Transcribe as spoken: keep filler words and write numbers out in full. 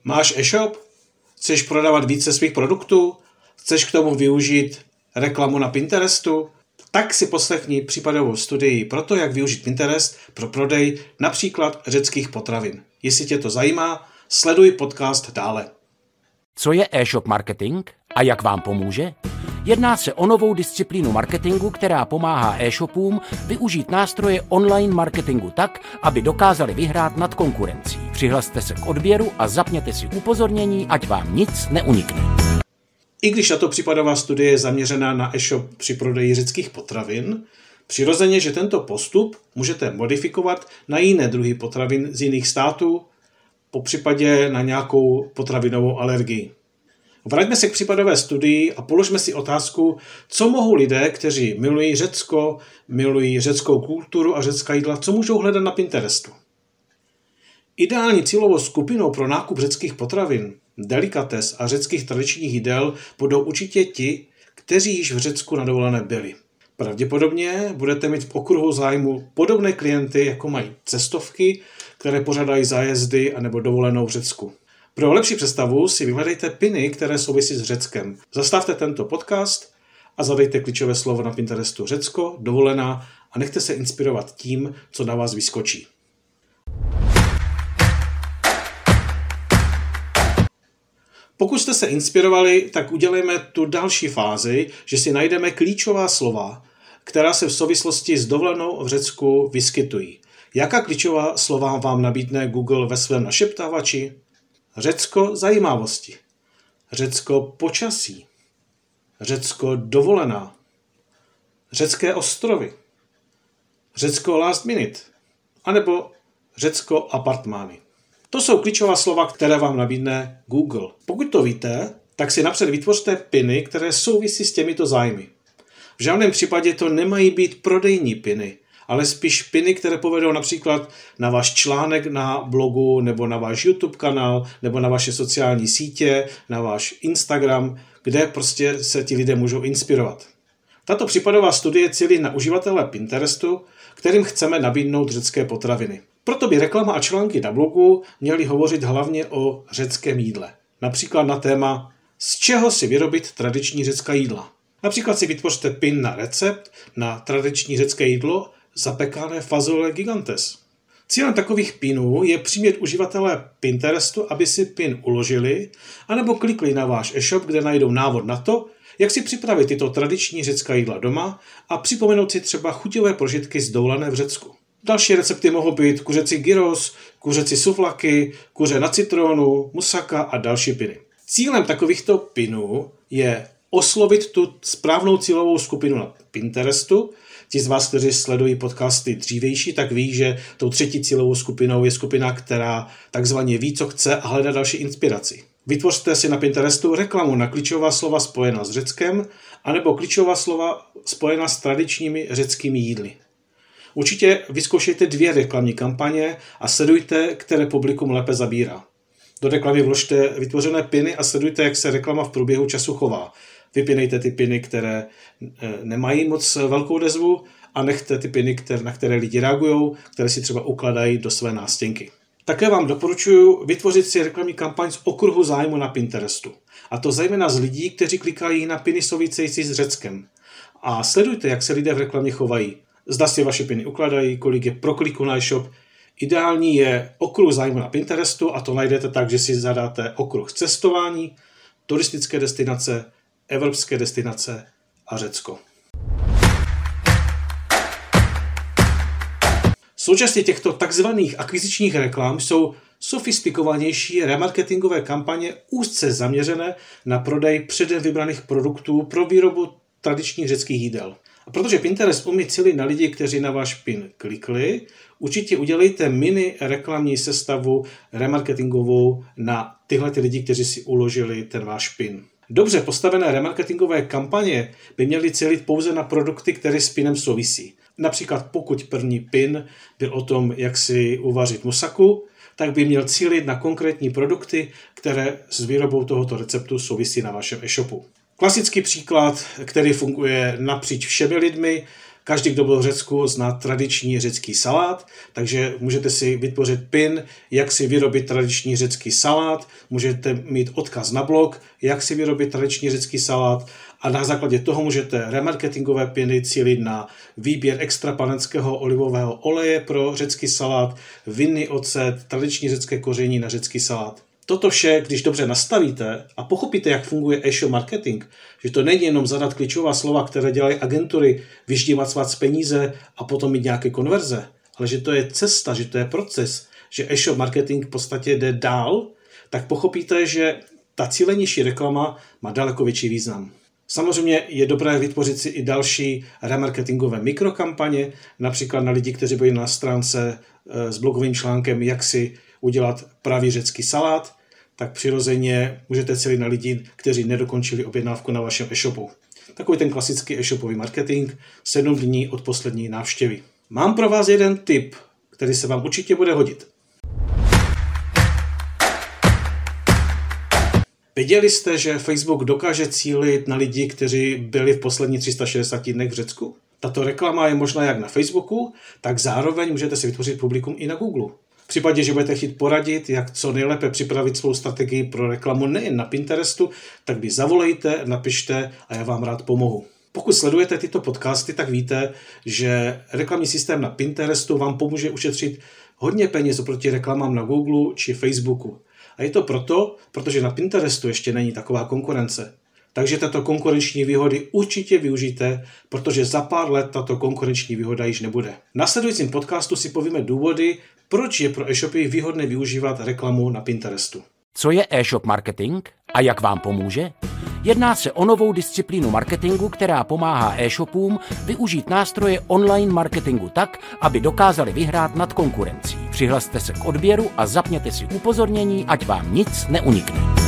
Máš e-shop? Chceš prodávat více svých produktů? Chceš k tomu využít reklamu na Pinterestu? Tak si poslechni případovou studii pro to, jak využít Pinterest pro prodej například řeckých potravin. Jestli tě to zajímá, sleduj podcast dále. Co je e-shop marketing a jak vám pomůže? Jedná se o novou disciplínu marketingu, která pomáhá e-shopům využít nástroje online marketingu tak, aby dokázali vyhrát nad konkurencí. Přihlaste se k odběru a zapněte si upozornění, ať vám nic neunikne. I když tato případová studie je zaměřená na e-shop při prodeji řeckých potravin, přirozeně, že tento postup můžete modifikovat na jiné druhy potravin z jiných států, popřípadě na nějakou potravinovou alergii. Vraťme se k případové studii a položme si otázku, co mohou lidé, kteří milují Řecko, milují řeckou kulturu a řecká jídla, co můžou hledat na Pinterestu. Ideální cílovou skupinou pro nákup řeckých potravin, delikates a řeckých tradičních jídel budou určitě ti, kteří již v Řecku na dovolené byli. Pravděpodobně budete mít v okruhu zájmu podobné klienty, jako mají cestovky, které pořádají zájezdy anebo dovolenou v Řecku. Pro lepší představu si vyhledejte piny, které souvisí s Řeckem. Zastavte tento podcast a zadejte klíčové slovo na Pinterestu Řecko, dovolená a nechte se inspirovat tím, co na vás vyskočí. Pokud jste se inspirovali, tak udělejme tu další fázi, že si najdeme klíčová slova, která se v souvislosti s dovolenou v Řecku vyskytují. Jaká klíčová slova vám nabídne Google ve svém našeptávači? Řecko zajímavosti, Řecko počasí, Řecko dovolená, řecké ostrovy, Řecko last minute, anebo Řecko apartmány. To jsou klíčová slova, které vám nabídne Google. Pokud to víte, tak si napřed vytvořte piny, které souvisí s těmito zájmy. V žádném případě to nemají být prodejní piny, ale spíš piny, které povedou například na váš článek na blogu, nebo na váš YouTube kanál, nebo na vaše sociální sítě, na váš Instagram, kde prostě se ti lidé můžou inspirovat. Tato případová studie cílí na uživatele Pinterestu, kterým chceme nabídnout řecké potraviny. Proto by reklama a články na blogu měly hovořit hlavně o řeckém jídle. Například na téma, z čeho si vyrobit tradiční řecká jídla. Například si vytvořte pin na recept na tradiční řecké jídlo zapekané fazole gigantes. Cílem takových pinů je přimět uživatele Pinterestu, aby si pin uložili, anebo klikli na váš e-shop, kde najdou návod na to, jak si připravit tyto tradiční řecká jídla doma a připomenout si třeba chuťové prožitky z dovolené v Řecku. Další recepty mohou být kuřecí gyros, kuřecí suflaky, kuře na citronu, musaka a další piny. Cílem takovýchto pinů je oslovit tu správnou cílovou skupinu na Pinterestu. Ti z vás, kteří sledují podcasty dřívější, tak ví, že tou třetí cílovou skupinou je skupina, která takzvaně ví, co chce a hledá další inspiraci. Vytvořte si na Pinterestu reklamu na klíčová slova spojená s Řeckem, anebo klíčová slova spojená s tradičními řeckými jídly. Určitě vyzkoušejte dvě reklamní kampaně a sledujte, které publikum lépe zabírá. Do reklamy vložte vytvořené piny a sledujte, jak se reklama v průběhu času chová. Vypínejte ty piny, které nemají moc velkou odezvu a nechte ty piny, na které lidi reagují, které si třeba ukladají do své nástěnky. Také vám doporučuji vytvořit si reklamní kampaň z okruhu zájmu na Pinterestu. A to zejména z lidí, kteří klikají na piny související s Řeckem. A sledujte, jak se lidé v reklamě chovají. Zda si vaše piny ukladají, kolik je prokliků na e-shop. Ideální je okruh zájmu na Pinterestu a to najdete tak, že si zadáte okruh cestování, turistické destinace, evropské destinace a Řecko. Součástí těchto takzvaných akvizičních reklam jsou sofistikovanější remarketingové kampaně úzce zaměřené na prodej předem vybraných produktů pro výrobu tradičních řeckých jídel. A protože Pinterest umí cílit na lidi, kteří na váš pin klikli, určitě udělejte mini reklamní sestavu remarketingovou na tyhle ty lidi, kteří si uložili ten váš pin. Dobře postavené remarketingové kampaně by měly cílit pouze na produkty, které s pinem souvisí. Například pokud první pin byl o tom, jak si uvařit musaku, tak by měl cílit na konkrétní produkty, které s výrobou tohoto receptu souvisí na vašem e-shopu. Klasický příklad, který funguje napříč všemi lidmi, Každý, kdo byl v Řecku, zná tradiční řecký salát, takže můžete si vytvořit pin, jak si vyrobit tradiční řecký salát, můžete mít odkaz na blog, jak si vyrobit tradiční řecký salát a na základě toho můžete remarketingové piny cílit na výběr extra panenského olivového oleje pro řecký salát, vinný ocet, tradiční řecké koření na řecký salát. Toto vše, když dobře nastavíte a pochopíte, jak funguje e-shop marketing, že to není jenom zadat klíčová slova, které dělají agentury, vyždímat svác peníze a potom mít nějaké konverze, ale že to je cesta, že to je proces, že e-shop marketing v podstatě jde dál, tak pochopíte, že ta cílenější reklama má daleko větší význam. Samozřejmě je dobré vytvořit si i další remarketingové mikrokampaně, například na lidi, kteří byli na stránce s blogovým článkem, jak si udělat pravý řecký salát, tak přirozeně můžete cílit na lidi, kteří nedokončili objednávku na vašem e-shopu. Takový ten klasický e-shopový marketing, sedm dní od poslední návštěvy. Mám pro vás jeden tip, který se vám určitě bude hodit. Věděli jste, že Facebook dokáže cílit na lidi, kteří byli v posledních tři sta šedesáti dnech v Řecku? Tato reklama je možná jak na Facebooku, tak zároveň můžete si vytvořit publikum i na Google. V případě, že budete chtít poradit, jak co nejlépe připravit svou strategii pro reklamu nejen na Pinterestu, tak mi zavolejte, napište a já vám rád pomohu. Pokud sledujete tyto podcasty, tak víte, že reklamní systém na Pinterestu vám pomůže ušetřit hodně peněz oproti reklamám na Google či Facebooku. A je to proto, protože na Pinterestu ještě není taková konkurence. Takže tato konkurenční výhody určitě využijte, protože za pár let tato konkurenční výhoda již nebude. V následujícím podcastu si povíme důvody, proč je pro e-shopy výhodné využívat reklamu na Pinterestu. Co je e-shop marketing a jak vám pomůže? Jedná se o novou disciplínu marketingu, která pomáhá e-shopům využít nástroje online marketingu tak, aby dokázali vyhrát nad konkurencí. Přihlaste se k odběru a zapněte si upozornění, ať vám nic neunikne.